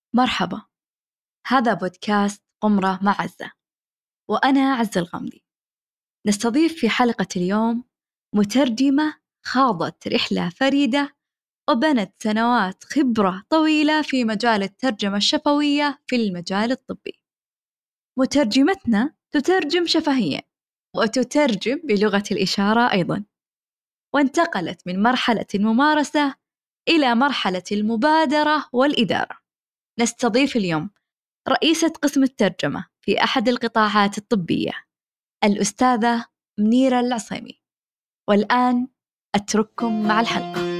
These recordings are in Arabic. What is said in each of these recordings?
مرحبا، هذا بودكاست قمرة مع عزة، وأنا عزة الغامدي. نستضيف في حلقة اليوم مترجمة خاضت رحلة فريدة وبنت سنوات خبرة طويلة في مجال الترجمة الشفوية في المجال الطبي. مترجمتنا تترجم شفهيا وتترجم بلغة الإشارة أيضا، وانتقلت من مرحلة الممارسة إلى مرحلة المبادرة والإدارة. نستضيف اليوم رئيسة قسم الترجمة في أحد القطاعات الطبية، الأستاذة منيرة العصيمي. والآن أترككم مع الحلقة.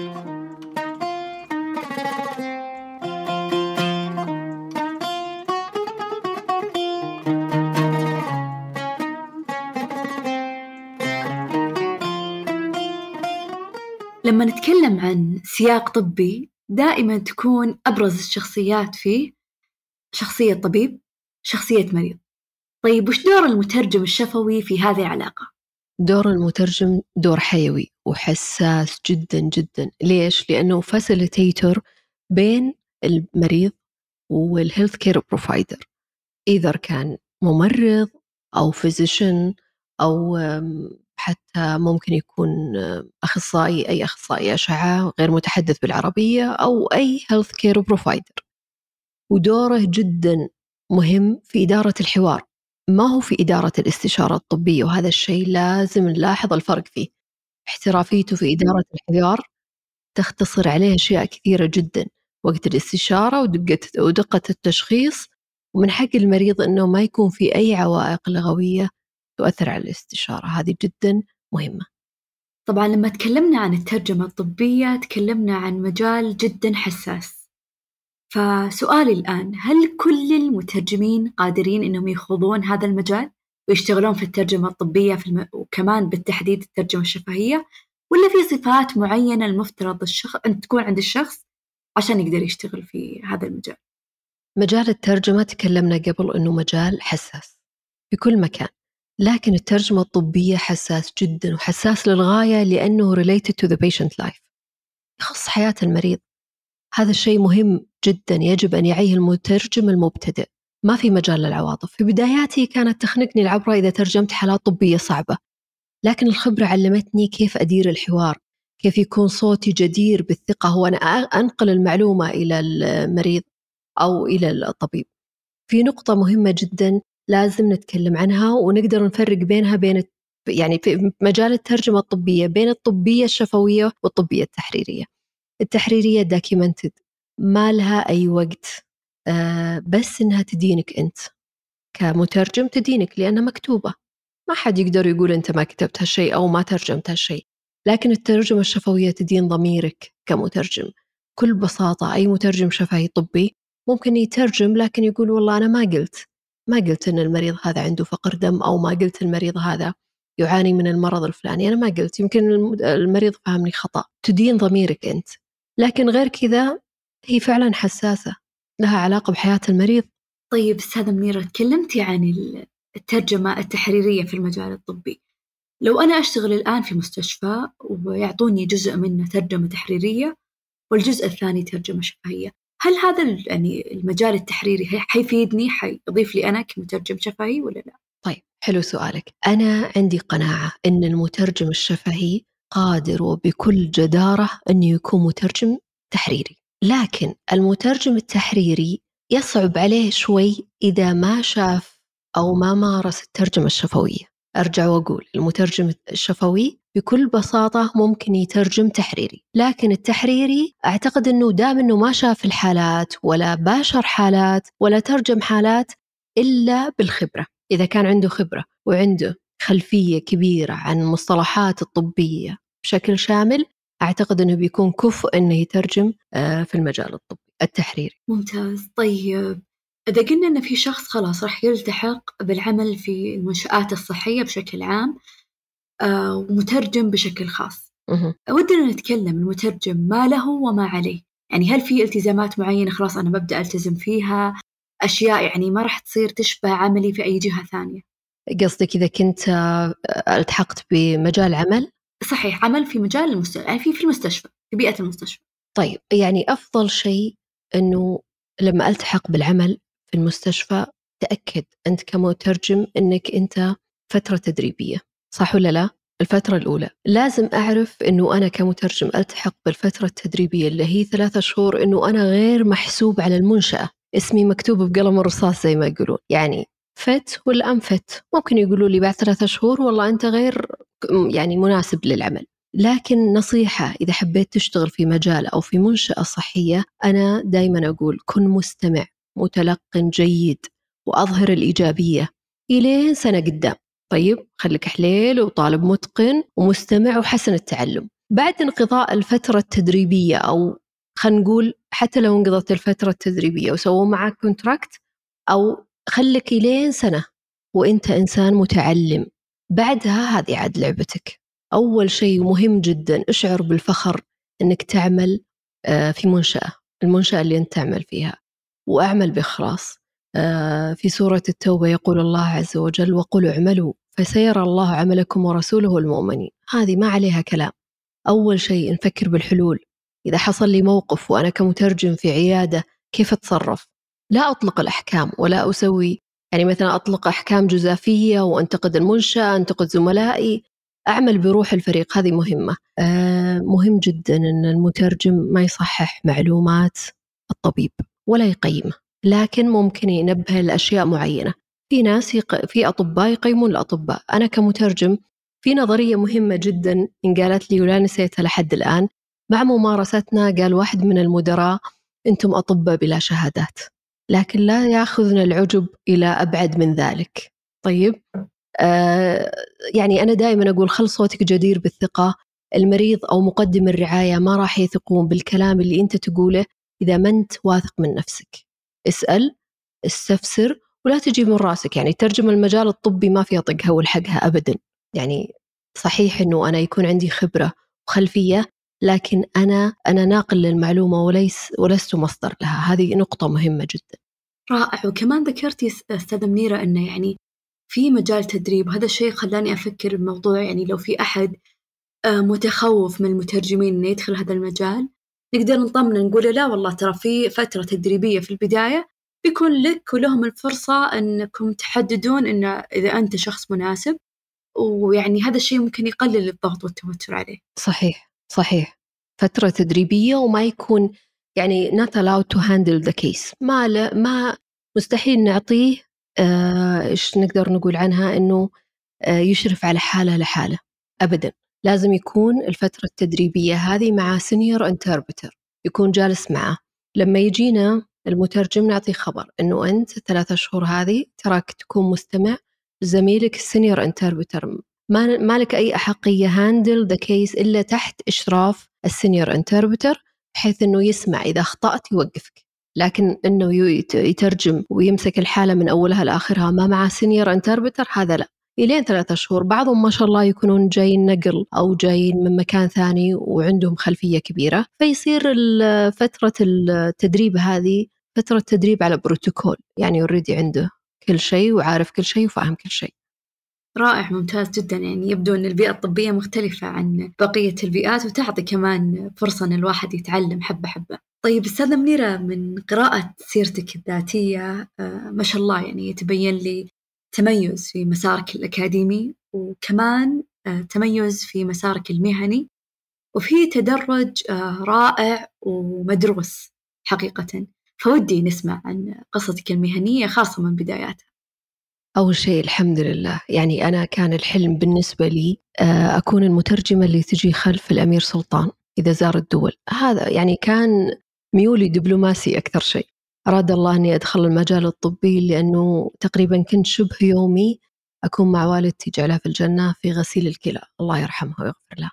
لما نتكلم عن سياق طبي دائما تكون أبرز الشخصيات فيه شخصية طبيب، شخصية مريض. طيب وش دور المترجم الشفوي في هذه العلاقة؟ دور المترجم دور حيوي وحساس جدا جدا. ليش؟ لأنه فاسيليتيتور بين المريض والهيلث كير بروفايدر، إذا كان ممرض أو فيزيشن أو حتى ممكن يكون أخصائي، أي أخصائي أشعة غير متحدث بالعربية، أو أي هيلث كير بروفايدر. ودوره جدا مهم في إدارة الحوار، ما هو في إدارة الاستشارة الطبية، وهذا الشيء لازم نلاحظ الفرق فيه. احترافيته في إدارة الحوار تختصر عليه أشياء كثيرة جدا، وقت الاستشارة ودقة التشخيص، ومن حق المريض أنه ما يكون في أي عوائق لغوية تؤثر على الاستشارة. هذه جدا مهمة. طبعا لما تكلمنا عن الترجمة الطبية تكلمنا عن مجال جدا حساس، فسؤالي الآن، هل كل المترجمين قادرين أنهم يخوضون هذا المجال ويشتغلون في الترجمة الطبية وكمان بالتحديد الترجمة الشفهية، ولا في صفات معينة المفترض أن تكون عند الشخص عشان يقدر يشتغل في هذا المجال؟ مجال الترجمة تكلمنا قبل أنه مجال حساس في كل مكان، لكن الترجمة الطبية حساس جدا وحساس للغاية، لأنه related to the patient life، يخص حياة المريض. هذا الشيء مهم جدا، يجب أن يعيه المترجم المبتدئ. ما في مجال للعواطف. في بداياتي كانت تخنقني العبرة إذا ترجمت حالات طبية صعبة، لكن الخبرة علمتني كيف أدير الحوار، كيف يكون صوتي جدير بالثقة وأنا أنقل المعلومة إلى المريض أو إلى الطبيب. في نقطة مهمة جدا لازم نتكلم عنها ونقدر نفرق بينها يعني في مجال الترجمة الطبية بين الطبية الشفوية والطبية التحريرية. التحريرية documented، ما لها أي وقت، بس إنها تدينك أنت كمترجم، تدينك لأنها مكتوبة، ما حد يقدر يقول أنت ما كتبت هالشيء أو ما ترجمت هالشيء. لكن الترجمة الشفوية تدين ضميرك كمترجم. كل بساطة أي مترجم شفهي طبي ممكن يترجم لكن يقول والله أنا ما قلت أن المريض هذا عنده فقر دم، أو ما قلت المريض هذا يعاني من المرض الفلاني، أنا ما قلت، يمكن المريض فهمني خطأ. تدين ضميرك أنت. لكن غير كذا هي فعلا حساسة، لها علاقة بحياة المريض. طيب أستاذة منيرة، تكلمتي عن الترجمة التحريرية في المجال الطبي. لو أنا أشتغل الآن في مستشفى ويعطوني جزء منه ترجمة تحريرية والجزء الثاني ترجمة شفهية، هل هذا يعني المجال التحريري حيفيدني، حيضيف لي أنا كمترجم شفهي ولا لا؟ طيب حلو سؤالك. أنا عندي قناعة أن المترجم الشفهي قادر وبكل جدارة أنه يكون مترجم تحريري، لكن المترجم التحريري يصعب عليه شوي إذا ما شاف أو ما مارس الترجمة الشفوية. أرجع وأقول المترجم الشفوي بكل بساطة ممكن يترجم تحريري، لكن التحريري أعتقد أنه دام أنه ما شاف الحالات ولا باشر حالات ولا ترجم حالات إلا بالخبرة. إذا كان عنده خبرة وعنده خلفية كبيرة عن المصطلحات الطبية بشكل شامل، أعتقد أنه بيكون كفء أنه يترجم في المجال الطبي التحريري. ممتاز. طيب إذا قلنا أن في شخص خلاص راح يلتحق بالعمل في المنشآت الصحية بشكل عام ومترجم بشكل خاص، ودنا نتكلم المترجم ما له وما عليه. يعني هل في التزامات معينة خلاص أنا ببدأ ألتزم فيها، أشياء يعني ما راح تصير تشبه عملي في أي جهة ثانية؟ قصدك إذا كنت التحقت بمجال عمل؟ صحيح، عمل في مجال المستشفى، يعني في المستشفى، في بيئة المستشفى. طيب يعني أفضل شيء أنه لما ألتحق بالعمل في المستشفى تأكد أنت كمترجم أنك أنت فترة تدريبية، صح ولا لا؟ الفترة الأولى لازم أعرف أنه أنا كمترجم ألتحق بالفترة التدريبية اللي هي 3 شهور، أنه أنا غير محسوب على المنشأة، اسمي مكتوب بقلم الرصاص زي ما يقولون، يعني فت ولا أنفت. ممكن يقولوا لي بعد 3 شهور والله أنت غير يعني مناسب للعمل. لكن نصيحة إذا حبيت تشتغل في مجال أو في منشأة صحية، أنا دايما أقول كن مستمع متلقن جيد وأظهر الإيجابية إلين سنة قدام. طيب خليك حليل وطالب متقن ومستمع وحسن التعلم. بعد انقضاء الفترة التدريبية، أو خلينا نقول حتى لو انقضت الفترة التدريبية وسووا معك كونتراكت، أو خليك إلين سنة وإنت إنسان متعلم، بعدها هذه عاد لعبتك. أول شيء مهم جدا اشعر بالفخر أنك تعمل في منشأة، المنشأة اللي أنت تعمل فيها، وأعمل بإخلاص. في سورة التوبة يقول الله عز وجل وقل اعملوا فسيرى الله عملكم ورسوله المؤمنين. هذه ما عليها كلام. أول شيء نفكر بالحلول. إذا حصل لي موقف وأنا كمترجم في عيادة كيف أتصرف؟ لا أطلق الأحكام ولا أسوي يعني مثلا أطلق أحكام جزافية وأنتقد المنشأة، أنتقد زملائي، أعمل بروح الفريق. هذه مهمة. مهم جدا أن المترجم ما يصحح معلومات الطبيب ولا يقيمه، لكن ممكن ينبه لأشياء معينة. في ناس في أطباء يقيمون الأطباء. أنا كمترجم في نظرية مهمة جدا إن قالت لي ولا نسيتها لحد الآن. مع ممارستنا قال واحد من المدراء أنتم أطباء بلا شهادات، لكن لا يأخذنا العجب إلى أبعد من ذلك. طيب يعني أنا دائما أقول خل صوتك جدير بالثقة. المريض أو مقدم الرعاية ما راح يثقون بالكلام اللي أنت تقوله إذا ما أنت واثق من نفسك. اسأل، استفسر، ولا تجي من راسك. يعني ترجم المجال الطبي ما في أطقها والحقها أبدا. يعني صحيح أنه أنا يكون عندي خبرة وخلفية، لكن أنا ناقل للمعلومة ولست مصدر لها. هذه نقطة مهمة جدا. رائع. وكمان ذكرتي أستاذة منيرة أنه يعني في مجال تدريب، هذا الشيء خلاني أفكر بموضوع يعني لو في أحد متخوف من المترجمين إنه يدخل هذا المجال، نقدر نطمن نقول لا والله ترى في فترة تدريبية في البداية بيكون لك ولهم الفرصة أنكم تحددون إنه إذا أنت شخص مناسب، ويعني هذا الشيء ممكن يقلل الضغط والتوتر عليه. صحيح. فترة تدريبية وما يكون يعني not allowed to handle the case. ما مستحيل نعطيه إيش نقدر نقول عنها إنه يشرف على حالة لحالة أبدا. لازم يكون الفترة التدريبية هذه مع سينيور انتربتر، يكون جالس معه. لما يجينا المترجم نعطيه خبر إنه أنت 3 شهور هذه تراك تكون مستمع زميلك السينيور انتربتر، ما لك أي أحقية هاندل ذا كيس إلا تحت إشراف السينيور انتربتر، بحيث إنه يسمع إذا أخطأت يوقفك. لكن إنه يترجم ويمسك الحالة من أولها لآخرها ما مع سينيور انتربتر، هذا لا. إلين 3 شهور. بعضهم ما شاء الله يكونون جايين نقل أو جايين من مكان ثاني وعندهم خلفية كبيرة، فيصير فترة التدريب هذه فترة تدريب على بروتوكول، يعني already عنده كل شيء وعارف كل شيء وفاهم كل شيء. رائع، ممتاز جدا. يعني يبدو أن البيئة الطبية مختلفة عن بقية البيئات وتعطي كمان فرصة أن الواحد يتعلم حبة حبة. طيب أستاذة منيرة، من قراءة سيرتك الذاتية ما شاء الله يعني يتبين لي تميز في مسارك الأكاديمي، وكمان تميز في مسارك المهني، وفي تدرج رائع ومدروس حقيقة. فودي نسمع عن قصتك المهنية خاصة من بداياتها. أول شيء الحمد لله، يعني أنا كان الحلم بالنسبة لي أكون المترجمة اللي تجي خلف الأمير سلطان إذا زار الدول. هذا يعني كان ميولي دبلوماسي أكثر شيء. أراد الله أني أدخل المجال الطبي لأنه تقريبا كنت شبه يومي أكون مع والدتي جعلها في الجنة في غسيل الكلى، الله يرحمها ويغفر لها.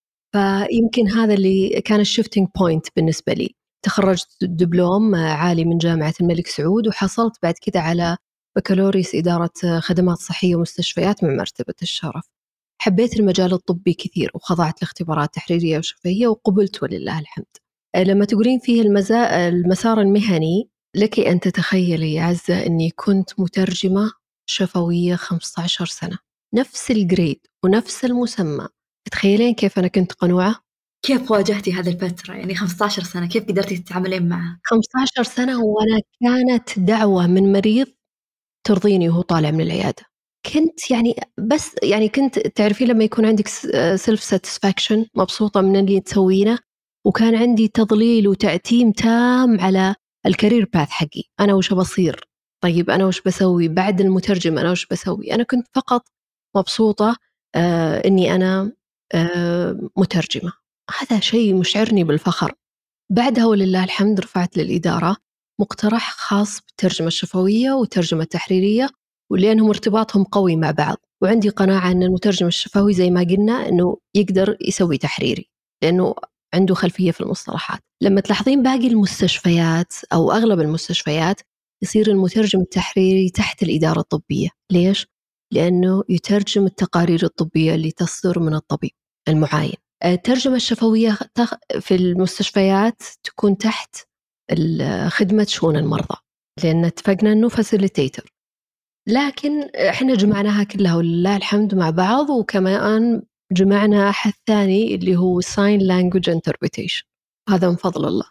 فيمكن هذا اللي كان الشيفتينج بوينت بالنسبة لي. تخرجت دبلوم عالي من جامعة الملك سعود، وحصلت بعد كده على بكالوريوس إدارة خدمات صحية ومستشفيات من مرتبة الشرف. حبيت المجال الطبي كثير وخضعت لاختبارات تحريرية وشفهية وقبلت ولله الحمد. لما تقولين فيه المسار المهني، لك أن تتخيلي يا عزة أني كنت مترجمة شفوية 15 سنة، نفس الجريد ونفس المسمى. تتخيلين كيف أنا كنت قنوعة؟ كيف واجهتي هذه الفترة؟ يعني 15 سنة كيف قدرتي تتعاملين معها؟ 15 سنة وأنا كانت دعوة من مريض ترضيني وهو طالع من العيادة. كنت يعني بس يعني كنت تعرفين لما يكون عندك سيلف ساتسفاكشن، مبسوطة من اللي تسوينه، وكان عندي تضليل وتعتيم تام على الكارير باث حقي. أنا وش بصير؟ طيب أنا وش بسوي بعد المترجم؟ أنا وش بسوي؟ أنا كنت فقط مبسوطة إني أنا مترجمة. هذا شيء مشعرني بالفخر. بعدها ولله الحمد رفعت للإدارة مقترح خاص بالترجمة الشفوية والترجمة التحريرية، ولأنهم ارتباطهم قوي مع بعض. وعندي قناعة أن المترجم الشفوي زي ما قلنا أنه يقدر يسوي تحريري لأنه عنده خلفية في المصطلحات. لما تلاحظين باقي المستشفيات أو أغلب المستشفيات يصير المترجم التحريري تحت الإدارة الطبية. ليش؟ لأنه يترجم التقارير الطبية اللي تصدر من الطبيب المعاين. الترجمة الشفوية في المستشفيات تكون تحت خدمة شؤون المرضى، لأن اتفقنا أنه فاسيليتيتر. لكن احنا جمعناها كلها ولله الحمد مع بعض، وكمان جمعنا أحد ثاني اللي هو Sign Language Interpretation. هذا من فضل الله.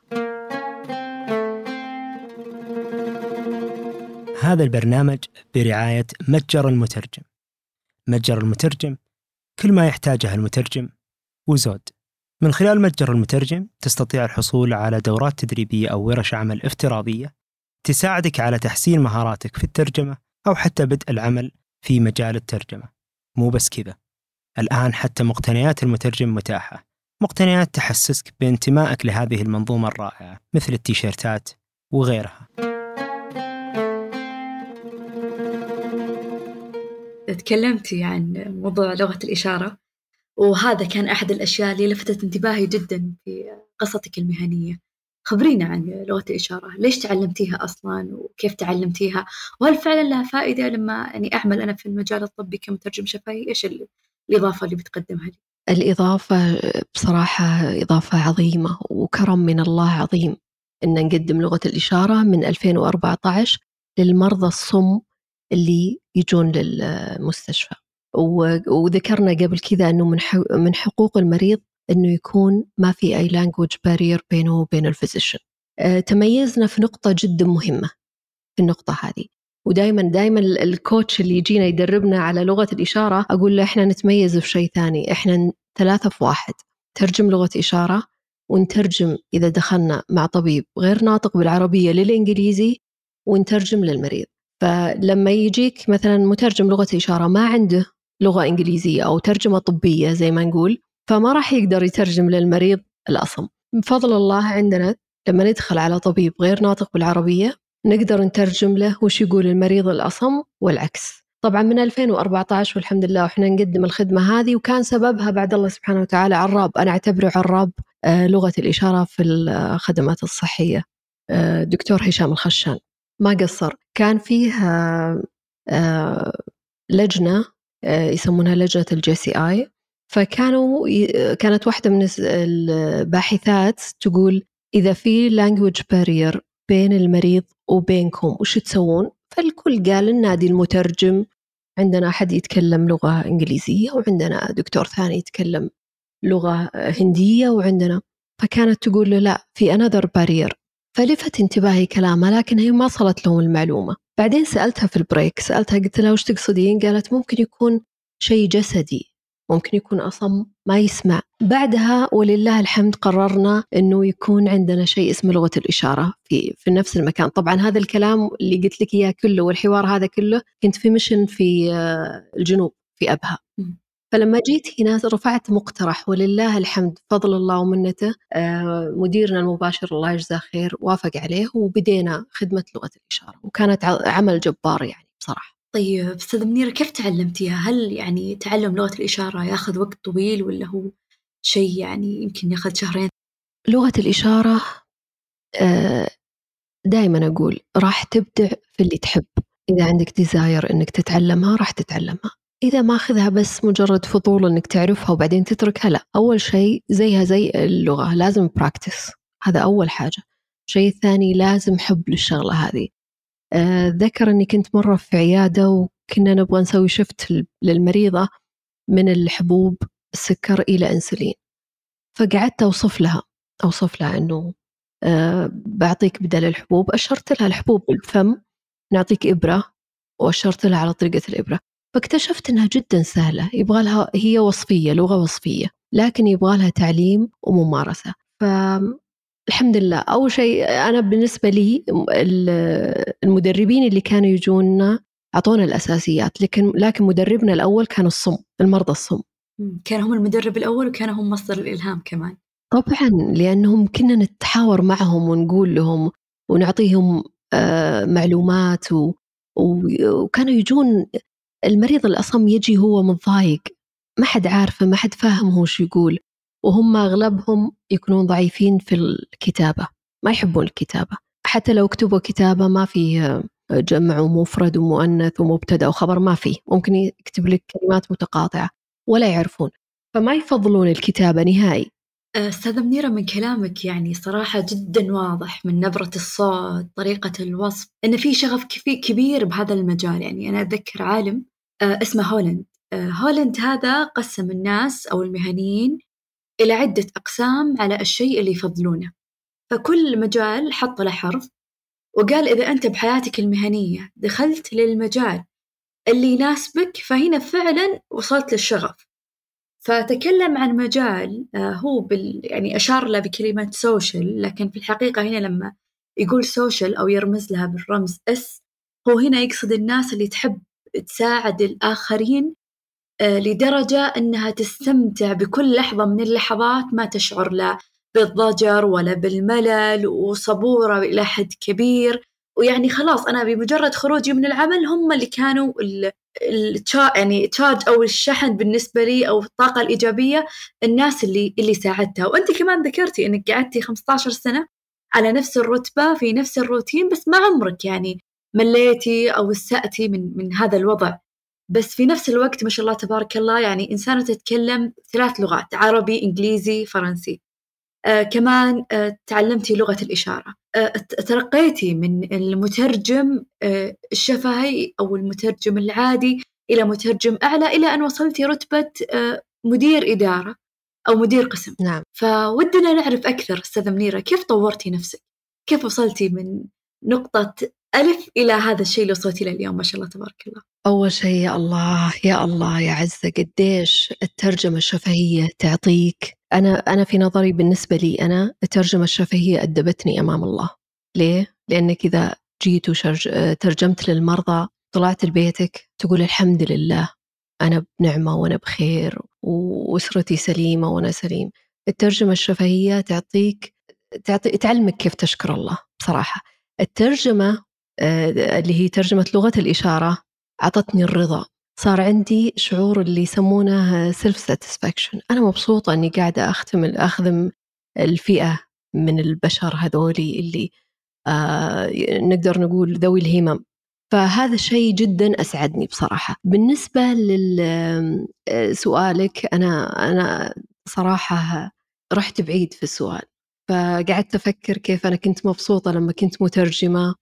هذا البرنامج برعاية متجر المترجم. متجر المترجم كل ما يحتاجه المترجم وزود. من خلال متجر المترجم تستطيع الحصول على دورات تدريبية أو ورش عمل افتراضية تساعدك على تحسين مهاراتك في الترجمة أو حتى بدء العمل في مجال الترجمة. مو بس كذا، الآن حتى مقتنيات المترجم متاحة، مقتنيات تحسسك بانتمائك لهذه المنظومة الرائعة مثل التيشيرتات وغيرها. تكلمتي عن موضوع لغة الإشارة، وهذا كان أحد الأشياء اللي لفتت انتباهي جدا في قصتك المهنية. خبرينا عن لغة الإشارة، ليش تعلمتيها أصلا وكيف تعلمتيها؟ وهل فعلا لها فائدة لما يعني أعمل أنا في المجال الطبي كمترجم شفهي؟ إيش الإضافة اللي بتقدمها لي؟ الإضافة بصراحة إضافة عظيمة وكرم من الله عظيم إن نقدم لغة الإشارة من 2014 للمرضى الصم اللي يجون للمستشفى. وذكرنا قبل كذا أنه من حقوق المريض أنه يكون ما في أي language barrier بينه وبين الفيزيشن. تميزنا في نقطة جدا مهمة في النقطة هذه، ودائما الكوتش اللي يجينا يدربنا على لغة الإشارة أقول له إحنا نتميز في شيء ثاني، إحنا 3 في 1. ترجم لغة إشارة، ونترجم إذا دخلنا مع طبيب غير ناطق بالعربية للإنجليزي، ونترجم للمريض. فلما يجيك مثلا مترجم لغة إشارة ما عنده لغة إنجليزية أو ترجمة طبية زي ما نقول، فما راح يقدر يترجم للمريض الأصم. بفضل الله عندنا لما ندخل على طبيب غير ناطق بالعربية نقدر نترجم له وش يقول المريض الأصم والعكس. طبعا من 2014 والحمد لله وإحنا نقدم الخدمة هذه، وكان سببها بعد الله سبحانه وتعالى عراب. أنا أعتبره عراب لغة الإشارة في الخدمات الصحية، دكتور هشام الخشان. ما قصر، كان فيه لجنة يسمونها لجنة الJCI، كانت واحدة من الباحثات تقول إذا في language barrier بين المريض وبينكم وش تسوون؟ فالكل قال النادي المترجم، عندنا أحد يتكلم لغة إنجليزية وعندنا دكتور ثاني يتكلم لغة هندية وعندنا. فكانت تقول له لا، في another barrier. فلفت انتباهي كلامها، لكن هي ما صلت لهم المعلومة. بعدين سألتها في البريك، سألتها قلت لها وش تقصدين؟ قالت ممكن يكون شيء جسدي، ممكن يكون أصم ما يسمع. بعدها ولله الحمد قررنا أنه يكون عندنا شيء اسمه لغة الإشارة في نفس المكان. طبعا هذا الكلام اللي قلت لك إياه كله والحوار هذا كله كنت في ميشن في الجنوب في أبها. فلما جيت هنا رفعت مقترح ولله الحمد فضل الله ومنته، مديرنا المباشر الله يجزاه خير وافق عليه، وبدينا خدمة لغة الإشارة، وكانت عمل جبار يعني بصراحة. طيب أستاذ منيرة، كيف تعلمتيها؟ هل يعني تعلم لغة الإشارة يأخذ وقت طويل ولا هو شيء يعني يمكن يأخذ 2 شهر؟ لغة الإشارة دائما أقول راح تبدع في اللي تحب. إذا عندك ديزاير إنك تتعلمها راح تتعلمها. إذا ما أخذها بس مجرد فضول إنك تعرفها وبعدين تتركها، لا. أول شيء زيها زي اللغة، لازم براكتس، هذا أول حاجة. الشيء الثاني لازم حب للشغلة هذه. ذكر أني كنت مرة في عيادة وكنا نبغى نسوي شفت للمريضة من الحبوب السكر إلى أنسولين، فقعدت أوصف لها أنه بعطيك بدل الحبوب، أشرت لها الحبوب بالفم، نعطيك إبرة، وأشرت لها على طريقة الإبرة. فاكتشفت أنها جدا سهلة، يبغى لها هي وصفية، لغة وصفية، لكن يبغى لها تعليم وممارسة. فالحمد لله. أول شيء أنا بالنسبة لي المدربين اللي كانوا يجونا أعطونا الأساسيات، لكن مدربنا الأول كان المرضى الصم. كان هم المدرب الأول وكان هم مصدر الإلهام كمان. طبعا، لأنهم كنا نتحاور معهم ونقول لهم ونعطيهم معلومات وكانوا يجون. المريض الأصم يجي هو متضايق، ما حد عارفه، ما حد فاهم هو شو يقول، وهم أغلبهم يكونون ضعيفين في الكتابة، ما يحبون الكتابة. حتى لو كتبوا كتابة ما فيه جمع ومفرد ومؤنث ومبتدأ وخبر، ما فيه، ممكن يكتب لك كلمات متقاطعة ولا يعرفون، فما يفضلون الكتابة نهائي. أستاذة منيرة، من كلامك يعني صراحة جدا واضح من نبرة الصوت، طريقة الوصف، إن في شغف كبير بهذا المجال. يعني أنا أتذكر عالم اسمه هولند. هولند هذا قسم الناس أو المهنيين إلى عدة أقسام على الشيء اللي يفضلونه، فكل مجال حط له حرف، وقال إذا أنت بحياتك المهنية دخلت للمجال اللي يناسبك فهنا فعلا وصلت للشغف. فتكلم عن مجال هو يعني أشار له بكلمة سوشيال، لكن في الحقيقة هنا لما يقول سوشيال أو يرمز لها بالرمز S، هو هنا يقصد الناس اللي تحب تساعد الآخرين لدرجة أنها تستمتع بكل لحظة من اللحظات، ما تشعر لا بالضجر ولا بالملل، وصبورة إلى حد كبير. ويعني خلاص أنا بمجرد خروجي من العمل هم اللي كانوا يعني تشارج أو الشحن بالنسبة لي، أو الطاقة الإيجابية، الناس اللي ساعدتها. وأنت كمان ذكرتي أنك قعدتي 15 سنة على نفس الرتبة في نفس الروتين، بس ما عمرك يعني مليتي أو استأتي من هذا الوضع. بس في نفس الوقت ما شاء الله تبارك الله، يعني إنسانة تتكلم 3 لغات، عربي، إنجليزي، فرنسي. كمان تعلمتي لغة الإشارة. ترقيتي من المترجم الشفهي أو المترجم العادي إلى مترجم أعلى، إلى أن وصلتي رتبة مدير إدارة أو مدير قسم. نعم. فودنا نعرف أكثر أستاذة منيرة، كيف طورتي نفسك؟ كيف وصلتي من نقطة ألف إلى هذا الشيء اللي وصلتي له اليوم ما شاء الله تبارك الله؟ أول شيء يا الله يا الله يا عزة، قديش الترجمة الشفهية تعطيك. أنا في نظري، بالنسبة لي أنا الترجمة الشفهية أدبتني أمام الله. ليه؟ لأنك إذا جيت وترجمت للمرضى، طلعت لبيتك تقول الحمد لله أنا بنعمة وأنا بخير وأسرتي سليمة وأنا سليم. الترجمة الشفهية تعلمك كيف تشكر الله بصراحة. الترجمة اللي هي ترجمة لغة الإشارة عطتني الرضا، صار عندي شعور اللي يسمونه self satisfaction. أنا مبسوطة أني قاعدة أخدم الفئة من البشر هذولي اللي نقدر نقول ذوي الهمم، فهذا الشيء جدا أسعدني بصراحة. بالنسبة لسؤالك، أنا صراحة رحت بعيد في السؤال، فقعدت أفكر كيف أنا كنت مبسوطة لما كنت مترجمة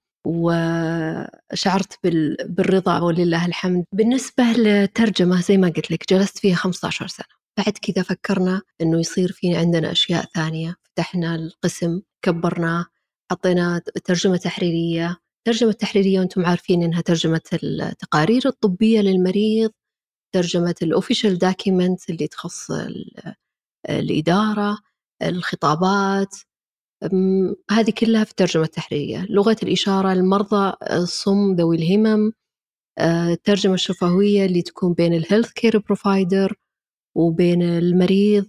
وشعرت بالرضا ولله الحمد. بالنسبة للترجمة زي ما قلت لك جلست فيها 15 سنة. بعد كذا فكرنا أنه يصير في عندنا أشياء ثانية، فتحنا القسم، كبرناه، حطينا ترجمة تحريرية. ترجمة تحريرية وأنتم عارفين أنها ترجمة التقارير الطبية للمريض، ترجمة الأوفيشال داكيمنت اللي تخص الإدارة، الخطابات، هذه كلها في الترجمة التحريرية. لغة الإشارة المرضى الصم ذوي الهمم، الترجمة الشفوية اللي تكون بين الهيلث كير بروفايدر وبين المريض.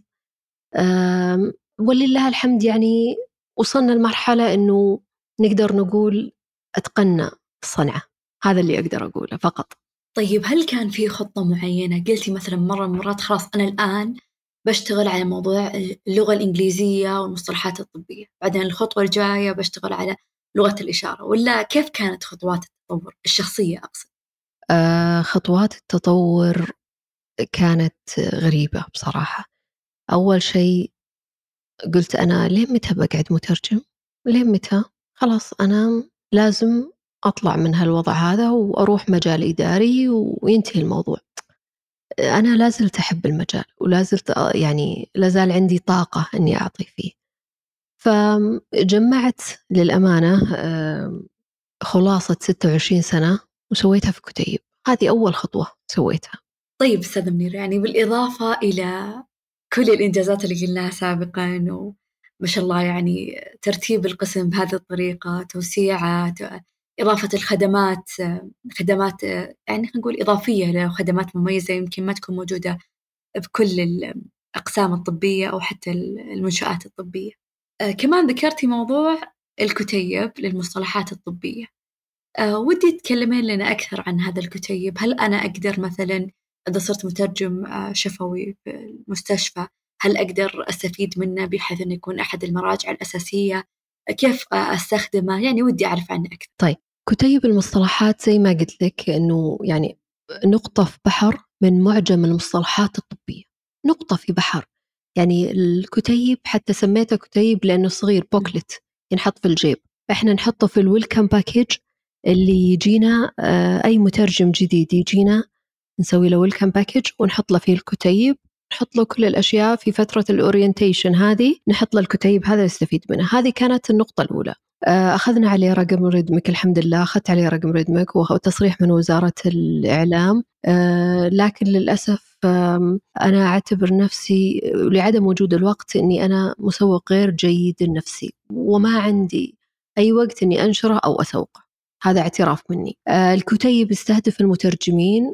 ولله الحمد يعني وصلنا لمرحلة أنه نقدر نقول أتقنا الصنعة. هذا اللي أقدر أقوله فقط. طيب، هل كان في خطة معينة؟ قلتي مثلا مرة من المرات خلاص أنا الآن بشتغل على موضوع اللغة الإنجليزية والمصطلحات الطبية، بعدين الخطوة الجاية بشتغل على لغة الإشارة، ولا كيف كانت خطوات التطور الشخصية أقصد؟ خطوات التطور كانت غريبة بصراحة. أول شيء قلت أنا ليه متى بقعد مترجم؟ ليه متى؟ خلاص أنا لازم أطلع من هالوضع هذا وأروح مجال إداري وينتهي الموضوع. أنا لازلت أحب المجال، ولازلت يعني لازال عندي طاقة أني أعطي فيه. فجمعت للأمانة خلاصة 26 سنة وسويتها في كتيب. هذه أول خطوة سويتها. طيب أستاذة منيرة، يعني بالإضافة إلى كل الإنجازات اللي قلناها سابقاً، وما شاء الله يعني ترتيب القسم بهذه الطريقة، توسيعه، إضافة الخدمات، خدمات يعني خلينا نقول إضافية لخدمات مميزة يمكن ما تكون موجودة بكل الأقسام الطبية أو حتى المنشآت الطبية. كمان ذكرتي موضوع الكتيب للمصطلحات الطبية. ودي تكلمين لنا أكثر عن هذا الكتيب. هل أنا أقدر مثلاً إذا صرت مترجم شفوي في المستشفى، هل أقدر أستفيد منه بحيث أنه يكون أحد المراجع الأساسية؟ كيف أستخدمه؟ يعني ودي أعرف عنه أكثر. طيب، كتيب المصطلحات زي ما قلت لك أنه يعني نقطة في بحر من معجم المصطلحات الطبية، نقطة في بحر. يعني الكتيب حتى سميته كتيب لأنه صغير، بوكلت ينحط في الجيب. إحنا نحطه في الويلكم باكيج اللي يجينا، أي مترجم جديد يجينا نسوي له ويلكم باكيج ونحط له فيه الكتيب، نحط له كل الأشياء في فترة الأورينتيشن هذه، نحط له الكتيب هذا يستفيد منه. هذه كانت النقطة الأولى. أخذنا عليه رقم ردمك، الحمد لله أخذت عليه رقم ردمك وتصريح من وزارة الإعلام. لكن للأسف أنا أعتبر نفسي لعدم وجود الوقت أني أنا مسوق غير جيد لنفسي، وما عندي أي وقت أني أنشره أو أسوقه. هذا اعتراف مني. الكتيب يستهدف المترجمين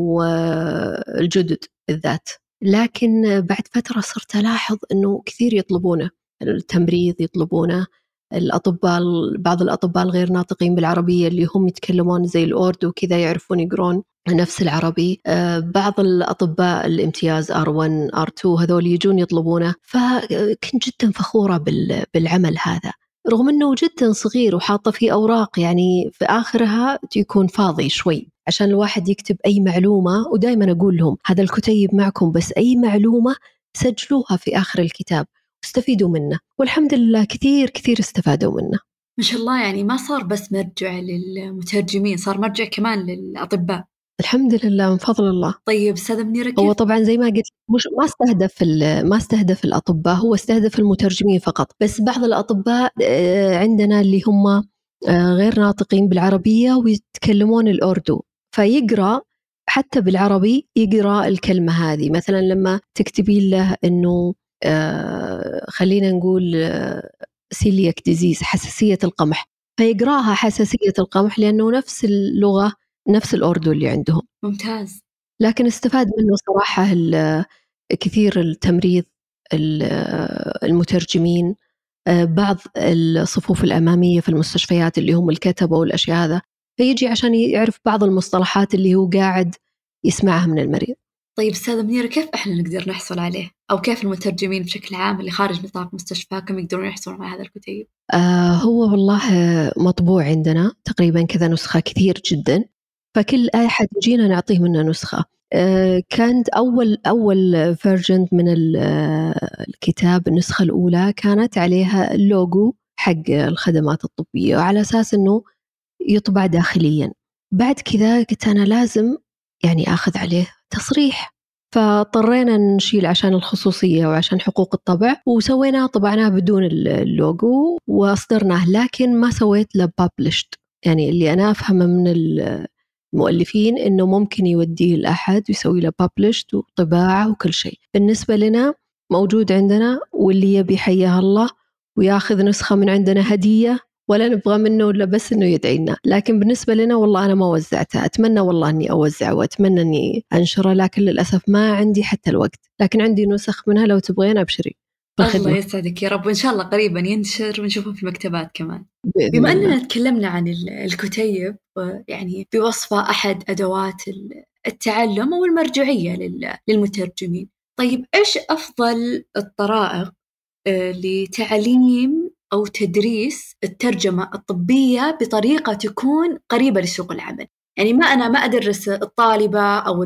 والجدد بالذات، لكن بعد فترة صرت ألاحظ أنه كثير يطلبونه، التمريض يطلبونه، الأطباء، بعض الأطباء الغير ناطقين بالعربية اللي هم يتكلمون زي الأوردو وكذا يعرفون يقرون نفس العربي، بعض الأطباء الامتياز R1 R2 هذول يجون يطلبونه. فكنت جدا فخورة بالعمل هذا، رغم أنه جدا صغير وحاطة فيه أوراق يعني في آخرها يكون فاضي شوي عشان الواحد يكتب أي معلومة. ودائما أقول لهم هذا الكتيب معكم، بس أي معلومة سجلوها في آخر الكتاب واستفيدوا منه. والحمد لله كثير كثير استفادوا منه. ما شاء الله، يعني ما صار بس مرجع للمترجمين، صار مرجع كمان للأطباء. الحمد لله من فضل الله. طيب أستاذة منيرة، هو طبعا زي ما قلت مش ما استهدف الأطباء، هو استهدف المترجمين فقط. بس بعض الأطباء عندنا اللي هم غير ناطقين بالعربية ويتكلمون الأوردو، فيقرأ حتى بالعربي يقرأ الكلمة هذه. مثلا لما تكتبين له إنه خلينا نقول سيلياك ديزيز، حساسية القمح، فيقرأها حساسية القمح لأنه نفس اللغة نفس الأوردو اللي عندهم. ممتاز. لكن استفاد منه صراحة كثير التمريض، المترجمين، بعض الصفوف الأمامية في المستشفيات اللي هم الكتبة والأشياء هذا، فيجي عشان يعرف بعض المصطلحات اللي هو قاعد يسمعها من المريض. طيب أستاذة منيرة، كيف إحنا نقدر نحصل عليه؟ أو كيف المترجمين بشكل عام اللي خارج نطاق مستشفاكم يقدرون يحصلون على هذا الكتيب؟ هو والله مطبوع عندنا تقريبا كذا نسخة كثير جدا، فكل أحد يجينا نعطيه منه نسخة. كانت أول فيرجن من الكتاب، النسخة الأولى كانت عليها اللوجو حق الخدمات الطبية على أساس أنه يطبع داخليا. بعد كذا قلت أنا لازم يعني أخذ عليه تصريح، فاضطرينا نشيل عشان الخصوصية وعشان حقوق الطبع، وسويناه طبعناه بدون اللوجو وأصدرناه، لكن ما سويت له published. يعني اللي أنا أفهمه من المؤلفين إنه ممكن يوديه لأحد ويسوي له published وطباعة وكل شيء. بالنسبة لنا موجود عندنا، واللي يبي حياه الله وياخذ نسخة من عندنا هدية، ولا نبغى منه إلا بس إنه يدعي لنا. لكن بالنسبة لنا والله أنا ما وزعتها، أتمنى والله إني أوزعه وأتمنى إني أنشره، لكن للأسف ما عندي حتى الوقت. لكن عندي نسخ منها لو تبغين أبشري. الله يسعدك يا رب، وإن شاء الله قريبا ينشر ونشوفه في المكتبات كمان. بإذن بما الله. أننا تكلمنا عن الكتيب يعني بوصفه أحد أدوات التعلم أو المرجعية للمترجمين، طيب إيش أفضل الطرائق لتعليم أو تدريس الترجمة الطبية بطريقة تكون قريبة لسوق العمل؟ يعني أنا ما أدرس الطالبة أو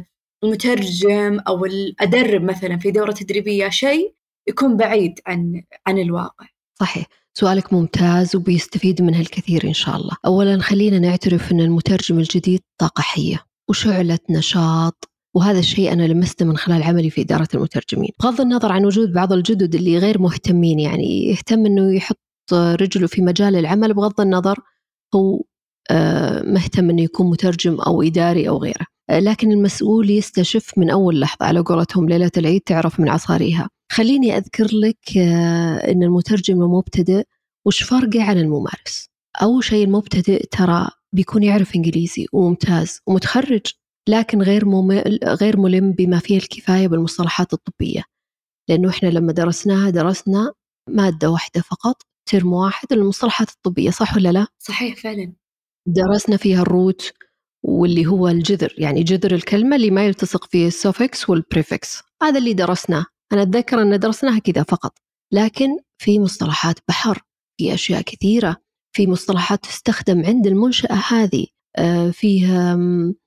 المترجم أو أدرب مثلا في دورة تدريبية شيء يكون بعيد عن الواقع. صحيح، سؤالك ممتاز وبيستفيد منها الكثير إن شاء الله. أولا خلينا نعترف أن المترجم الجديد طاقة حية وشعلة نشاط وهذا الشيء أنا لمسته من خلال عملي في إدارة المترجمين، بغض النظر عن وجود بعض الجدد اللي غير مهتمين، يعني يهتم أنه يحط رجله في مجال العمل بغض النظر هو مهتم أنه يكون مترجم أو إداري أو غيره، لكن المسؤول يستشف من أول لحظة، على قولتهم ليلة العيد تعرف من عصاريها. خليني أذكر لك أن المترجم المبتدئ وش فرقه عن الممارس. أول شيء المبتدئ ترى بيكون يعرف إنجليزي وممتاز ومتخرج، لكن غير ملم بما فيه الكفاية بالمصطلحات الطبية، لأنه إحنا لما درسنا مادة واحدة فقط، ترم واحد، المصطلحات الطبية، صح ولا لا؟ صحيح فعلا. درسنا فيها الروت واللي هو الجذر، يعني جذر الكلمة اللي ما يلتصق فيه السوفكس والبريفكس، هذا اللي درسناه. أنا أتذكر أن درسناها كذا فقط، لكن في مصطلحات بحر، في أشياء كثيرة، في مصطلحات تستخدم عند المنشأة هذه، فيها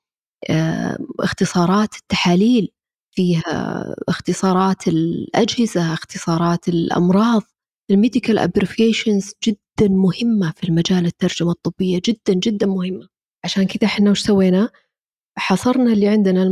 اختصارات التحاليل، فيها اختصارات الأجهزة، اختصارات الأمراض. الميديكال أبريفيشنز جدا مهمة في المجال الترجمة الطبية، جدا جدا مهمة. عشان كذا احنا وش سوينا؟ حصرنا اللي عندنا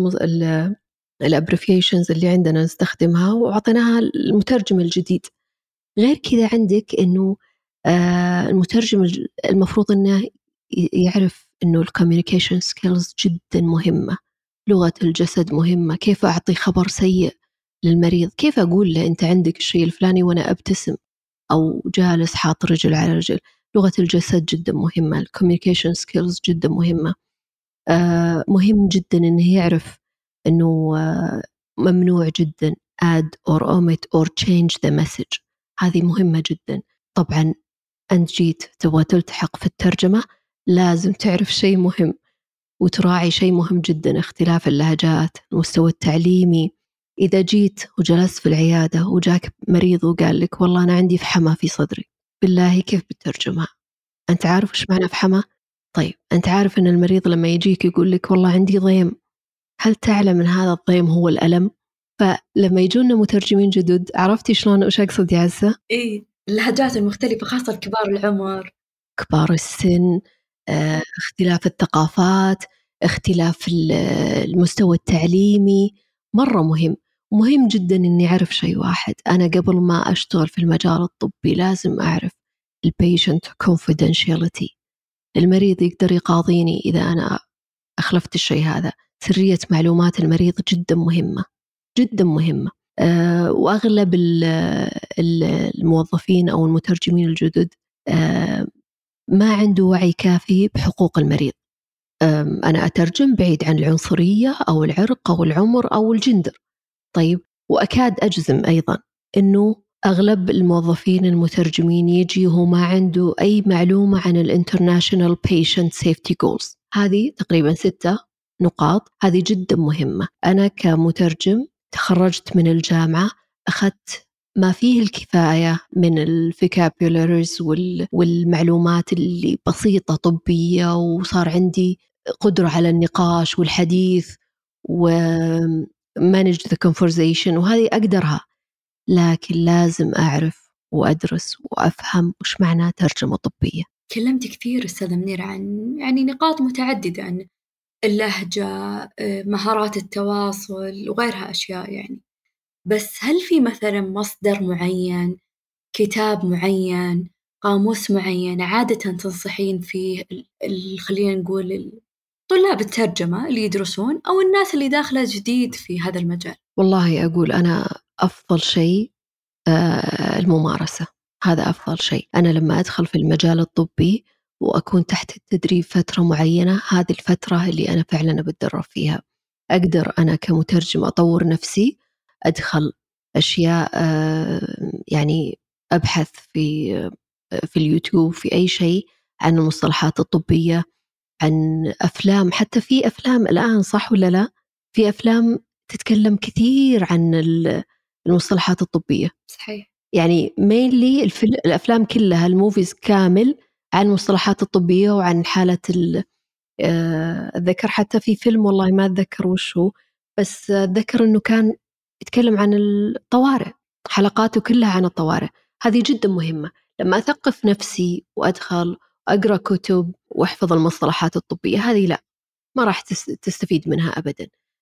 الأبريفيشنز اللي عندنا نستخدمها وعطيناها المترجم الجديد. غير كذا عندك إنه المترجم المفروض إنه يعرف إنه الكوميونيكيشن سكيلز جدا مهمة، لغة الجسد مهمة، كيف أعطي خبر سيء للمريض، كيف أقول له أنت عندك الشيء الفلاني وأنا أبتسم أو جالس حاط رجل على رجل. لغة الجسد جدا مهمة، الكوميونيكيشن سكيلز جدا مهمة. مهم جدا إنه يعرف إنه ممنوع جدا add or omit or change the message، هذه مهمة جدا. طبعا أنت جيت تبغى تلتحق في الترجمة، لازم تعرف شيء مهم وتراعي شيء مهم جدا، اختلاف اللهجات، المستوى التعليمي. إذا جيت وجلست في العيادة وجاك مريض وقال لك والله أنا عندي فحمة في صدري، بالله كيف بترجمها؟ أنت عارف وش معنى فحمة؟ طيب أنت عارف أن المريض لما يجيك يقول لك والله عندي ضيم، هل تعلم أن هذا الضيم هو الألم؟ فلما يجونا مترجمين جدد، عرفتي شلون وش أقصد يا عزة؟ إيه، اللهجات المختلفة خاصة كبار العمر، كبار السن، اختلاف الثقافات، اختلاف المستوى التعليمي، مرة مهم جدا إني أعرف شيء واحد. أنا قبل ما أشتغل في المجال الطبي لازم أعرف البيشنت confidentiality، المريض يقدر يقاضيني إذا أنا أخلفت الشيء هذا. سرية معلومات المريض جدا مهمة جدا مهمة. وأغلب الموظفين أو المترجمين الجدد ما عنده وعي كافي بحقوق المريض. أنا أترجم بعيد عن العنصرية أو العرق أو العمر أو الجندر. طيب، وأكاد أجزم أيضا أنه أغلب الموظفين المترجمين يجي وهو ما عنده أي معلومة عن الانترناشنال بيشنت سيفتي جولز. هذه تقريبا 6 نقاط، هذه جدا مهمة. أنا كمترجم تخرجت من الجامعة، أخذت ما فيه الكفاية من الفيكابولاريز والمعلومات اللي بسيطة طبية، وصار عندي قدرة على النقاش والحديث ومانج ذا conversation، وهذه أقدرها. لكن لازم أعرف وأدرس وأفهم وش معنى ترجمة طبية. كلمت كثير أستاذة منير عن يعني نقاط متعددة، عن اللهجة، مهارات التواصل وغيرها أشياء يعني. بس هل في مثلا مصدر معين، كتاب معين، قاموس معين عادة تنصحين فيه خلينا نقول طلاب الترجمة اللي يدرسون أو الناس اللي داخلة جديد في هذا المجال؟ والله أقول أنا أفضل شيء الممارسة، هذا أفضل شيء. أنا لما أدخل في المجال الطبي وأكون تحت التدريب فترة معينة، هذه الفترة اللي أنا فعلا بتدرب فيها. أقدر أنا كمترجم أطور نفسي، أدخل أشياء، يعني أبحث في اليوتيوب في أي شيء عن المصطلحات الطبية، عن أفلام، حتى في أفلام الآن، صح ولا لا؟ في أفلام تتكلم كثير عن المصطلحات الطبية. صحيح. يعني mainly الأفلام كلها، الموفيز كامل عن المصطلحات الطبية وعن حالة أتذكر حتى في فيلم والله ما أتذكر وش هو، بس أتذكر أنه كان يتكلم عن الطوارئ، حلقاته كلها عن الطوارئ. هذه جدا مهمة. لما أثقف نفسي وأدخل وأقرأ كتب وأحفظ المصطلحات الطبية، هذه لا، ما راح تستفيد منها أبدا.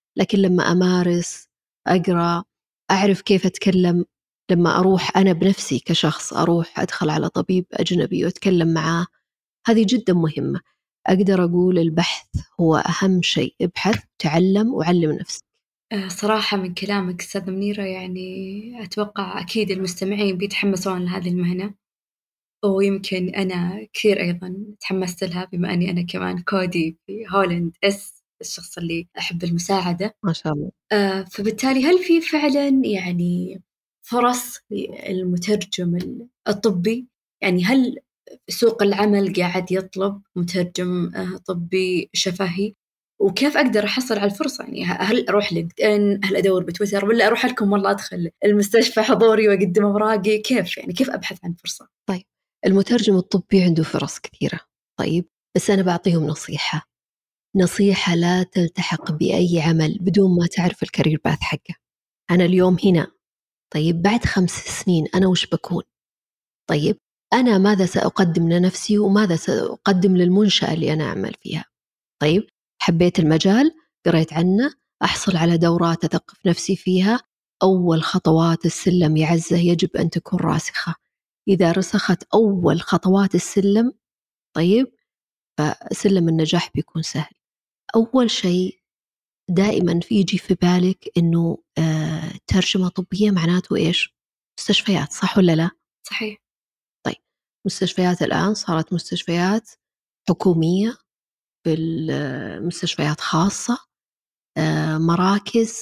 لكن لما أمارس، أقرأ، أعرف كيف أتكلم، لما أروح أنا بنفسي كشخص أروح أدخل على طبيب أجنبي وأتكلم معاه، هذه جدا مهمة. أقدر أقول البحث هو أهم شيء، ابحث، تعلم وعلم نفسك. صراحة من كلامك أستاذة منيرة يعني أتوقع أكيد المستمعين بيتحمسون لهذه المهنة، ويمكن أنا كثير أيضا تحمست لها بما أني أنا كمان كودي في هولند الشخص اللي أحب المساعدة ما شاء الله. فبالتالي هل في فعلا يعني فرص للمترجم الطبي؟ يعني هل سوق العمل قاعد يطلب مترجم طبي شفهي؟ وكيف أقدر أحصل على الفرصة؟ يعني هل أروح لينكدإن؟ هل أدور بتويتر؟ ولا أروح لكم والله أدخل المستشفى حضوري وأقدم أوراقي؟ كيف يعني كيف أبحث عن فرصة؟ طيب، المترجم الطبي عنده فرص كثيرة. طيب، بس أنا بعطيهم نصيحة لا تلتحق بأي عمل بدون ما تعرف الكارير باث حقه. أنا اليوم هنا، طيب بعد 5 سنين أنا وش بكون؟ طيب أنا ماذا سأقدم لنفسي وماذا سأقدم للمنشأة اللي أنا أعمل فيها؟ طيب حبيت المجال، قريت عنه، أحصل على دورات أثقف نفسي فيها. أول خطوات السلم يا عزة يجب أن تكون راسخة. إذا رسخت أول خطوات السلم، طيب فسلم النجاح بيكون سهل. أول شيء دائما يجي في بالك إنه ترجمة طبية معناته إيش؟ مستشفيات، صح ولا لا؟ صحيح. طيب، مستشفيات الآن صارت مستشفيات حكومية، بالمستشفيات خاصة، مراكز،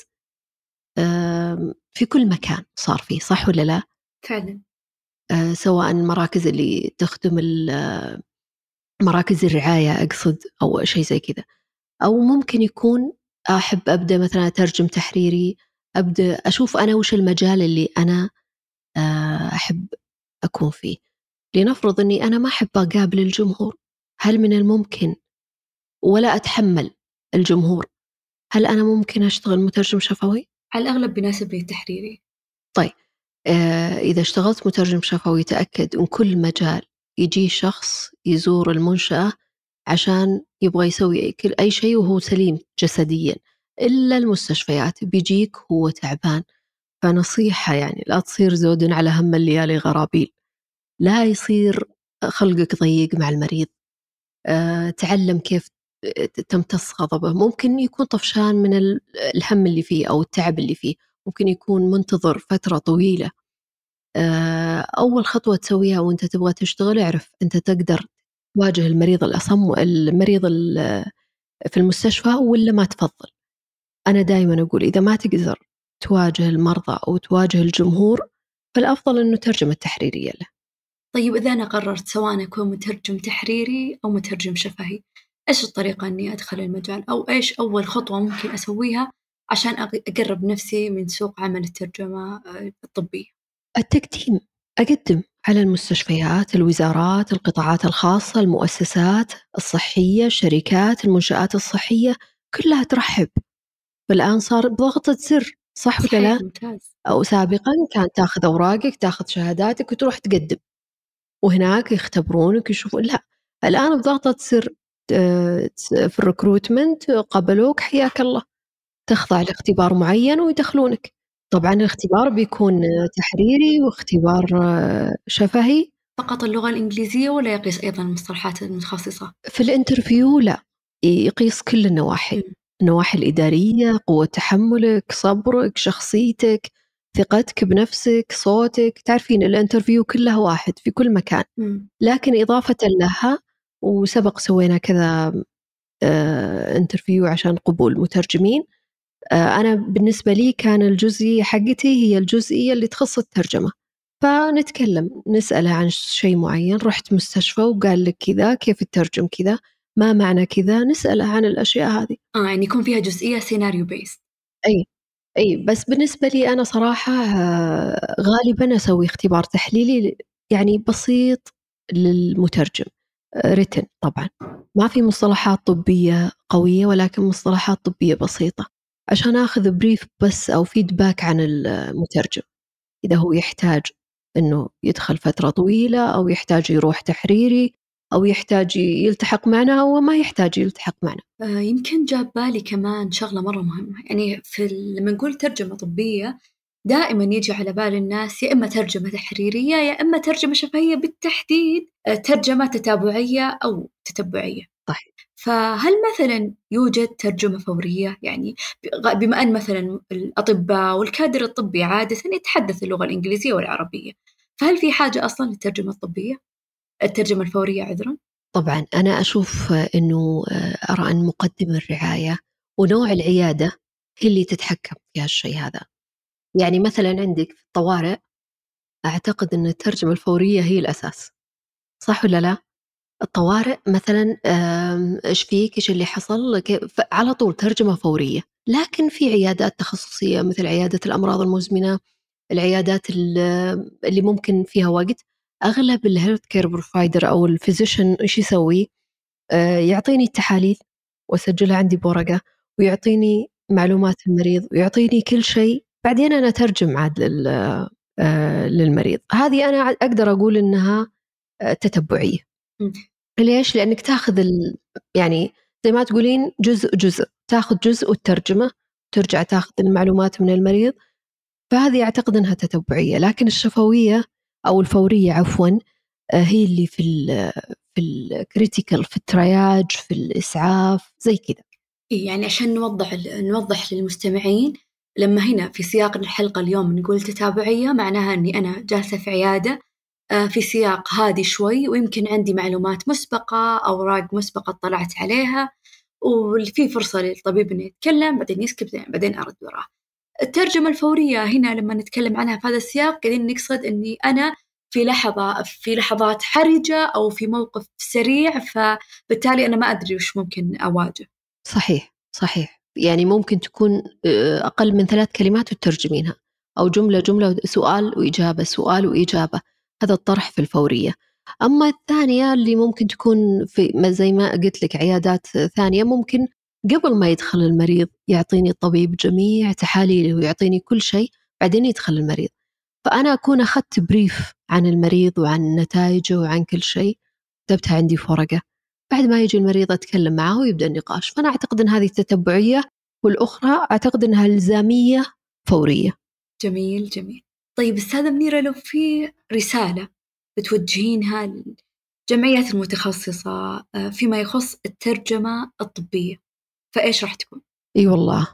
في كل مكان صار فيه، صح ولا لا؟ فعلا. سواء المراكز اللي تخدم مراكز الرعاية أقصد، أو شيء زي كذا، أو ممكن يكون أحب أبدأ مثلا أترجم تحريري، أبدأ أشوف أنا وش المجال اللي أنا أحب أكون فيه. لنفرض أني أنا ما أحب أقابل الجمهور، هل من الممكن ولا أتحمل الجمهور، هل أنا ممكن أشتغل مترجم شفوي؟ على الأغلب بيناسب لي التحريري. طيب، إذا اشتغلت مترجم شفوي تأكد أن كل مجال يجي شخص يزور المنشأة عشان يبغى يسوي أي شيء وهو سليم جسديا، إلا المستشفيات بيجيك هو تعبان. فنصيحة يعني لا تصير زود على هم الليالي غرابيل، لا يصير خلقك ضيق مع المريض. تعلم كيف تمتص غضبه. ممكن يكون طفشان من الهم اللي فيه أو التعب اللي فيه، ممكن يكون منتظر فترة طويلة. أول خطوة تسويها وأنت تبغى تشتغل، اعرف أنت تقدر تواجه المريض الأصم، المريض في المستشفى، ولا ما تفضل. أنا دائما أقول إذا ما تقدر تواجه المرضى أو تواجه الجمهور، فالأفضل أنه ترجمة تحريرية له. طيب إذا أنا قررت سواء أكون مترجم تحريري أو مترجم شفهي، إيش الطريقة أني أدخل المجال، أو إيش أول خطوة ممكن أسويها عشان أقرب نفسي من سوق عمل الترجمة الطبية؟ التقديم، أقدم على المستشفيات، الوزارات، القطاعات الخاصة، المؤسسات الصحية، الشركات، المنشآت الصحية، كلها ترحب. والآن صار بضغطة زر، صح ولا لا؟ ممتاز. أو سابقا كانت تاخذ أوراقك، تاخذ شهاداتك وتروح تقدم، وهناك يختبرونك يشوفون. لا، الآن بضغطة زر في الريكروتمنت قبلوك، حياك الله، تخضع لاختبار معين ويدخلونك. طبعا الاختبار بيكون تحريري واختبار شفهي. فقط اللغة الإنجليزية ولا يقيس أيضا المصطلحات المتخصصة؟ في الانترفيو لا، يقيس كل النواحي، النواحي الإدارية، قوة تحملك، صبرك، شخصيتك، ثقتك بنفسك، صوتك. تعرفين الانترفيو كلها واحد في كل مكان. لكن إضافة لها، وسبق سوينا كذا انترفيو عشان قبول مترجمين، أنا بالنسبة لي كان الجزئية حقتي هي الجزئية اللي تخص الترجمة. فنتكلم، نسأله عن شيء معين، رحت مستشفى وقال لك كذا، كيف تترجم كذا، ما معنى كذا، نسأله عن الأشياء هذه. يعني يكون فيها جزئية سيناريو بيست. أي بس بالنسبة لي أنا صراحة غالبا أسوي اختبار تحليلي يعني بسيط للمترجم، ريتن طبعا، ما في مصطلحات طبية قوية ولكن مصطلحات طبية بسيطة، عشان أخذ بريف بس أو فيدباك عن المترجم، إذا هو يحتاج أنه يدخل فترة طويلة أو يحتاج يروح تحريري أو يحتاج يلتحق معنا أو ما يحتاج يلتحق معنا. يمكن جاب بالي كمان شغلة مرة مهمة، يعني لما نقول ترجمة طبية دائما يجي على بال الناس يا إما ترجمة تحريرية يا إما ترجمة شفهية، بالتحديد ترجمة تتابعية أو تتبعية. صحيح. فهل مثلا يوجد ترجمة فورية؟ يعني بما أن مثلا الأطباء والكادر الطبي عادة يتحدث اللغة الإنجليزية والعربية، فهل في حاجة أصلا للترجمة الطبية؟ الترجمة الفورية عذرا. طبعا أنا أشوف أنه أرى أن مقدم الرعاية ونوع العيادة هي اللي تتحكم في هالشيء هذا. يعني مثلا عندك في الطوارئ أعتقد أن الترجمة الفورية هي الأساس، صح ولا لا؟ الطوارئ مثلا إيش فيك، إيش اللي حصل، على طول ترجمة فورية. لكن في عيادات تخصصية مثل عيادة الأمراض المزمنة، العيادات اللي ممكن فيها وقت، أغلب الهيلث كير بروفايدر أو الفيزيشن إيش يسوي؟ يعطيني التحاليل وأسجلها عندي بورقة، ويعطيني معلومات المريض ويعطيني كل شيء، بعدين أنا أترجم عاد للمريض. هذه أنا أقدر أقول إنها تتبعية. ليش؟ لأنك تاخذ يعني زي ما تقولين جزء تاخذ جزء والترجمة، ترجع تاخذ المعلومات من المريض، فهذه أعتقد أنها تتبعية. لكن الشفوية أو الفورية عفوا هي اللي في الكريتيكال، في الترياج، في الإسعاف، زي كذا. يعني عشان نوضح للمستمعين، لما هنا في سياق الحلقة اليوم نقول تتابعية، معناها أني أنا جالسة في عيادة في سياق هادي شوي، ويمكن عندي معلومات مسبقة، أوراق مسبقة اطلعت عليها، وفي فرصة للطبيب إنه يتكلم بعدين يسكت بعدين أرد وراه. الترجمة الفورية هنا لما نتكلم عنها في هذا السياق قاعدين نقصد إني أنا في لحظات حرجة أو في موقف سريع، فبالتالي أنا ما أدري وش ممكن أواجه. صحيح. يعني ممكن تكون أقل من 3 كلمات وتترجمينها، أو جملة سؤال وإجابة، سؤال وإجابة. هذا الطرح في الفورية. أما الثانية اللي ممكن تكون في زي ما قلت لك عيادات ثانية، ممكن قبل ما يدخل المريض يعطيني الطبيب جميع تحاليله ويعطيني كل شيء، بعدين يدخل المريض، فأنا أكون أخذت بريف عن المريض وعن نتائجه وعن كل شيء، كتبتها عندي في ورقة، بعد ما يجي المريض أتكلم معه ويبدأ النقاش. فأنا أعتقد أن هذه تتبعية، والأخرى أعتقد أنها إلزامية فورية. جميل. طيب أستاذة منيرة، لو في رسالة بتوجهينها للجمعيات المتخصصة فيما يخص الترجمة الطبية، فإيش راح تكون؟ إي والله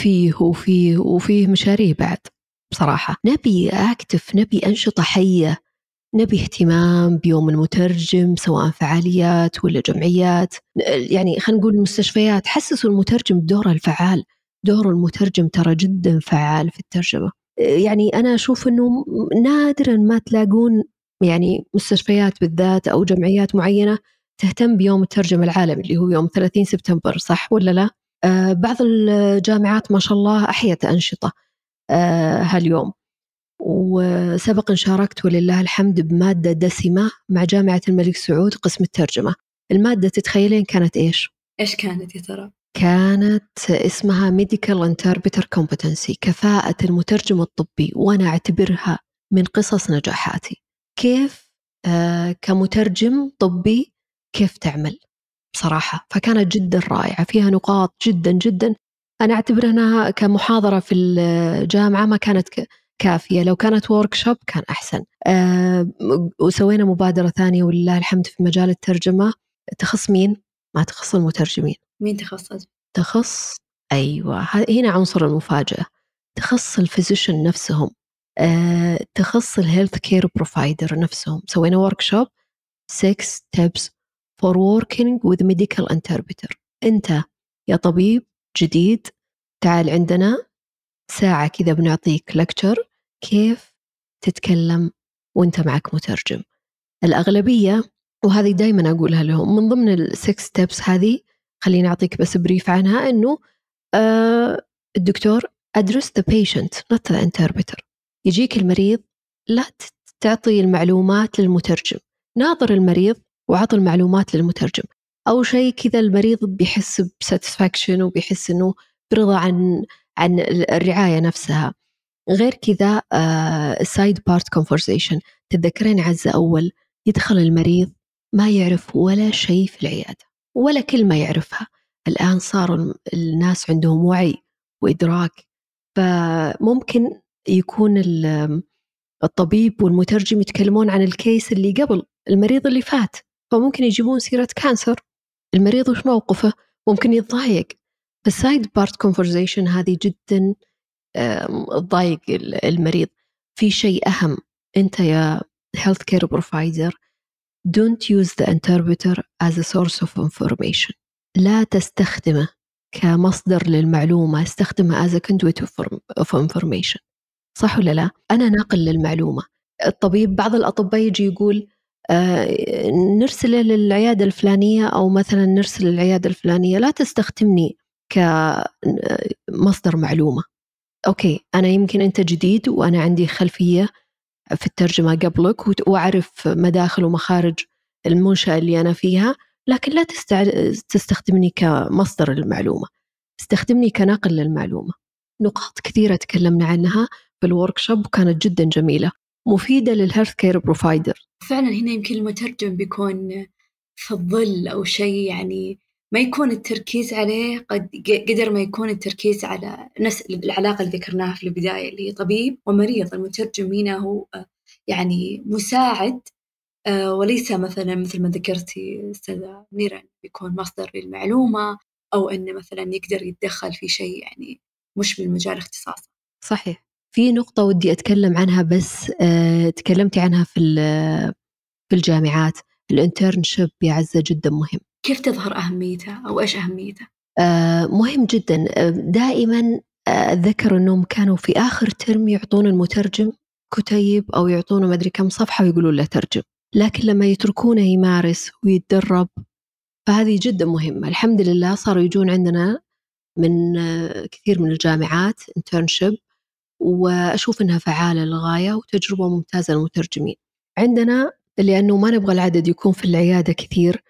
وفيه مشاريع بعد بصراحة. نبي أكتف، نبي أنشطة حية، نبي اهتمام بيوم المترجم، سواء فعاليات ولا جمعيات. يعني خلينا نقول المستشفيات حسسوا المترجم بدوره الفعال. دور المترجم ترى جدا فعال في الترجمة. يعني أنا أشوف أنه نادرا ما تلاقون يعني مستشفيات بالذات أو جمعيات معينة تهتم بيوم الترجمة العالمي اللي هو يوم 30 سبتمبر، صح ولا لا؟ بعض الجامعات ما شاء الله أحيت أنشطة هاليوم. وسبق أن شاركت ولله الحمد بمادة دسمة مع جامعة الملك سعود قسم الترجمة. المادة تتخيلين كانت إيش كانت يا ترى؟ كانت اسمها Medical Interpreter Competency، كفاءة المترجم الطبي، وأنا أعتبرها من قصص نجاحاتي. كيف كمترجم طبي كيف تعمل بصراحة. فكانت جدا رائعة، فيها نقاط جدا أنا أعتبرها كمحاضرة في الجامعة ما كانت كافية. لو كانت وركشوب كان أحسن. وسوينا مبادرة ثانية ولله الحمد في مجال الترجمة، تخص مين؟ ما تخص المترجمين. مين تخص أيوة، هنا عنصر المفاجأة، تخص الفيزيشن نفسهم، تخص الهيلث كير بروفايدر نفسهم. سوينا وركشوب 6 steps for working with medical interpreter. أنت يا طبيب جديد تعال عندنا ساعة كذا بنعطيك لكتشر كيف تتكلم وانت معك مترجم. الأغلبية، وهذه دايما أقولها لهم من ضمن ال6 steps هذه، خليني أعطيك بس بريف عنها، أنه الدكتور address the patient not the interpreter. يجيك المريض لا تعطي المعلومات للمترجم، ناظر المريض وعطي المعلومات للمترجم. أو شيء كذا المريض بيحس بساتسفاكشن وبيحس أنه برضا عن الرعاية نفسها. غير كذا side part conversation. تتذكرين عزة أول يدخل المريض ما يعرف ولا شيء في العيادة ولا كلمة يعرفها. الآن صار الناس عندهم وعي وإدراك، فممكن يكون الطبيب والمترجم يتكلمون عن الكيس اللي قبل المريض اللي فات، فممكن يجيبون سيرة كانسر، المريض وش موقفه، ممكن يتضايق. فالسايد بارت كونفرزيشن هذه جدا تضايق المريض. في شيء أهم، أنت يا health care provider don't use the interpreter as a source of information. لا تستخدمه كمصدر للمعلومة، استخدمه as a conduit of information. صح ولا لا؟ أنا ناقل للمعلومة. الطبيب، بعض الأطباء يجي يقول نرسله للعيادة الفلانية أو مثلا نرسل للعيادة الفلانية، لا تستخدمني كمصدر معلومة. أوكي، أنا يمكن أنت جديد وأنا عندي خلفية في الترجمة قبلك وأعرف مداخل ومخارج المنشأة اللي أنا فيها، لكن لا تستخدمني كمصدر المعلومة، استخدمني كناقل للمعلومة. نقاط كثيرة تكلمنا عنها في الوركشوب وكانت جدا جميلة مفيدة للهيلث كير بروفايدر. فعلا هنا يمكن المترجم بيكون في الظل أو شيء، يعني ما يكون التركيز عليه قدر ما يكون التركيز على نفس العلاقة اللي ذكرناها في البداية اللي هي طبيب ومريض. المترجم هنا هو يعني مساعد وليس مثلا مثل ما ذكرتي أستاذة منيرة بيكون مصدر للمعلومة أو أنه مثلا يقدر يتدخل في شيء يعني مش من مجال اختصاصه. صحيح. في نقطة ودي أتكلم عنها، بس تكلمتي عنها في الجامعات، الانترنشيب يا عزة جدا مهم. كيف تظهر أهميته أو إيش أهميته؟ مهم جدا. دائما أتذكر أنهم كانوا في آخر ترم يعطون المترجم كتيب أو يعطونه ما أدري كم صفحة ويقولون له ترجم، لكن لما يتركونه يمارس ويتدرب فهذه جدا مهمة. الحمد لله صاروا يجون عندنا من كثير من الجامعات انترنشيب، وأشوف أنها فعالة للغاية وتجربة ممتازة للمترجمين. عندنا لأنه ما نبغى العدد يكون في العيادة كثير،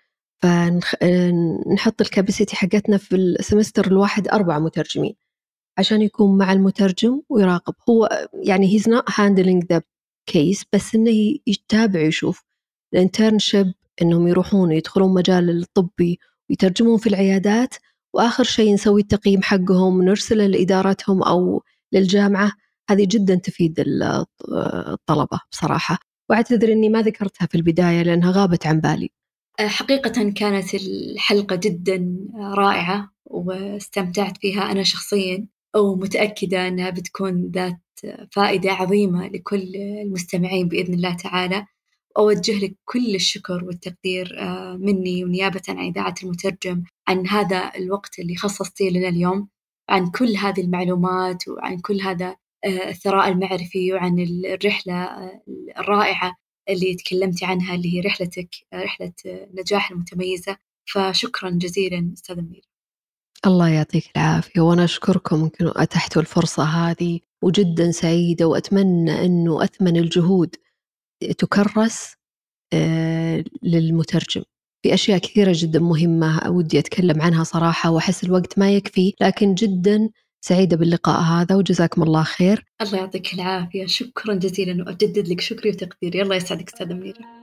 فنحط الكاباسيتي حقتنا في السمستر الواحد 4 مترجمين عشان يكون مع المترجم ويراقب. هو يعني he's not handling the case، بس إنه يتابع يشوف الانترنشيب، إنهم يروحون يدخلون مجال الطبي ويترجمون في العيادات، وآخر شيء نسوي التقييم حقهم نرسله لإدارتهم أو للجامعة. هذه جدا تفيد الطلبة بصراحة، واعتذر إني ما ذكرتها في البداية لأنها غابت عن بالي. حقيقة كانت الحلقة جدا رائعة واستمتعت فيها أنا شخصيا، ومتأكدة أنها بتكون ذات فائدة عظيمة لكل المستمعين بإذن الله تعالى. أوجه لك كل الشكر والتقدير مني ونيابة عن إذاعة المترجم عن هذا الوقت اللي خصصتيه لنا اليوم، عن كل هذه المعلومات وعن كل هذا الثراء المعرفي، وعن الرحلة الرائعة اللي تكلمتي عنها اللي هي رحلتك، رحلة نجاح المتميزة. فشكرا جزيلا أستاذة منيرة. الله يعطيك العافية، وأنا أشكركم إنكم أتحتوا الفرصة هذه، وجدا سعيدة، وأتمنى أنه أثمن الجهود تكرس للمترجم. في أشياء كثيرة جدا مهمة ودي أتكلم عنها صراحة، وأحس الوقت ما يكفي، لكن جدا سعيدة باللقاء هذا وجزاكم الله خير. الله يعطيك العافية، شكرا جزيلا، وأجدد لك شكري وتقديري. الله يسعدك أستاذة منيرة.